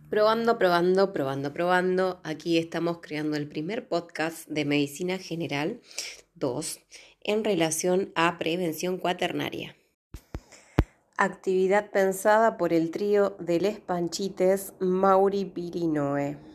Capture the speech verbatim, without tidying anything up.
Probando, probando, probando, probando. Aquí estamos creando el primer podcast de Medicina General dos en relación a prevención cuaternaria. Actividad pensada por el trío de Les Panchites Mauri Pirinoe.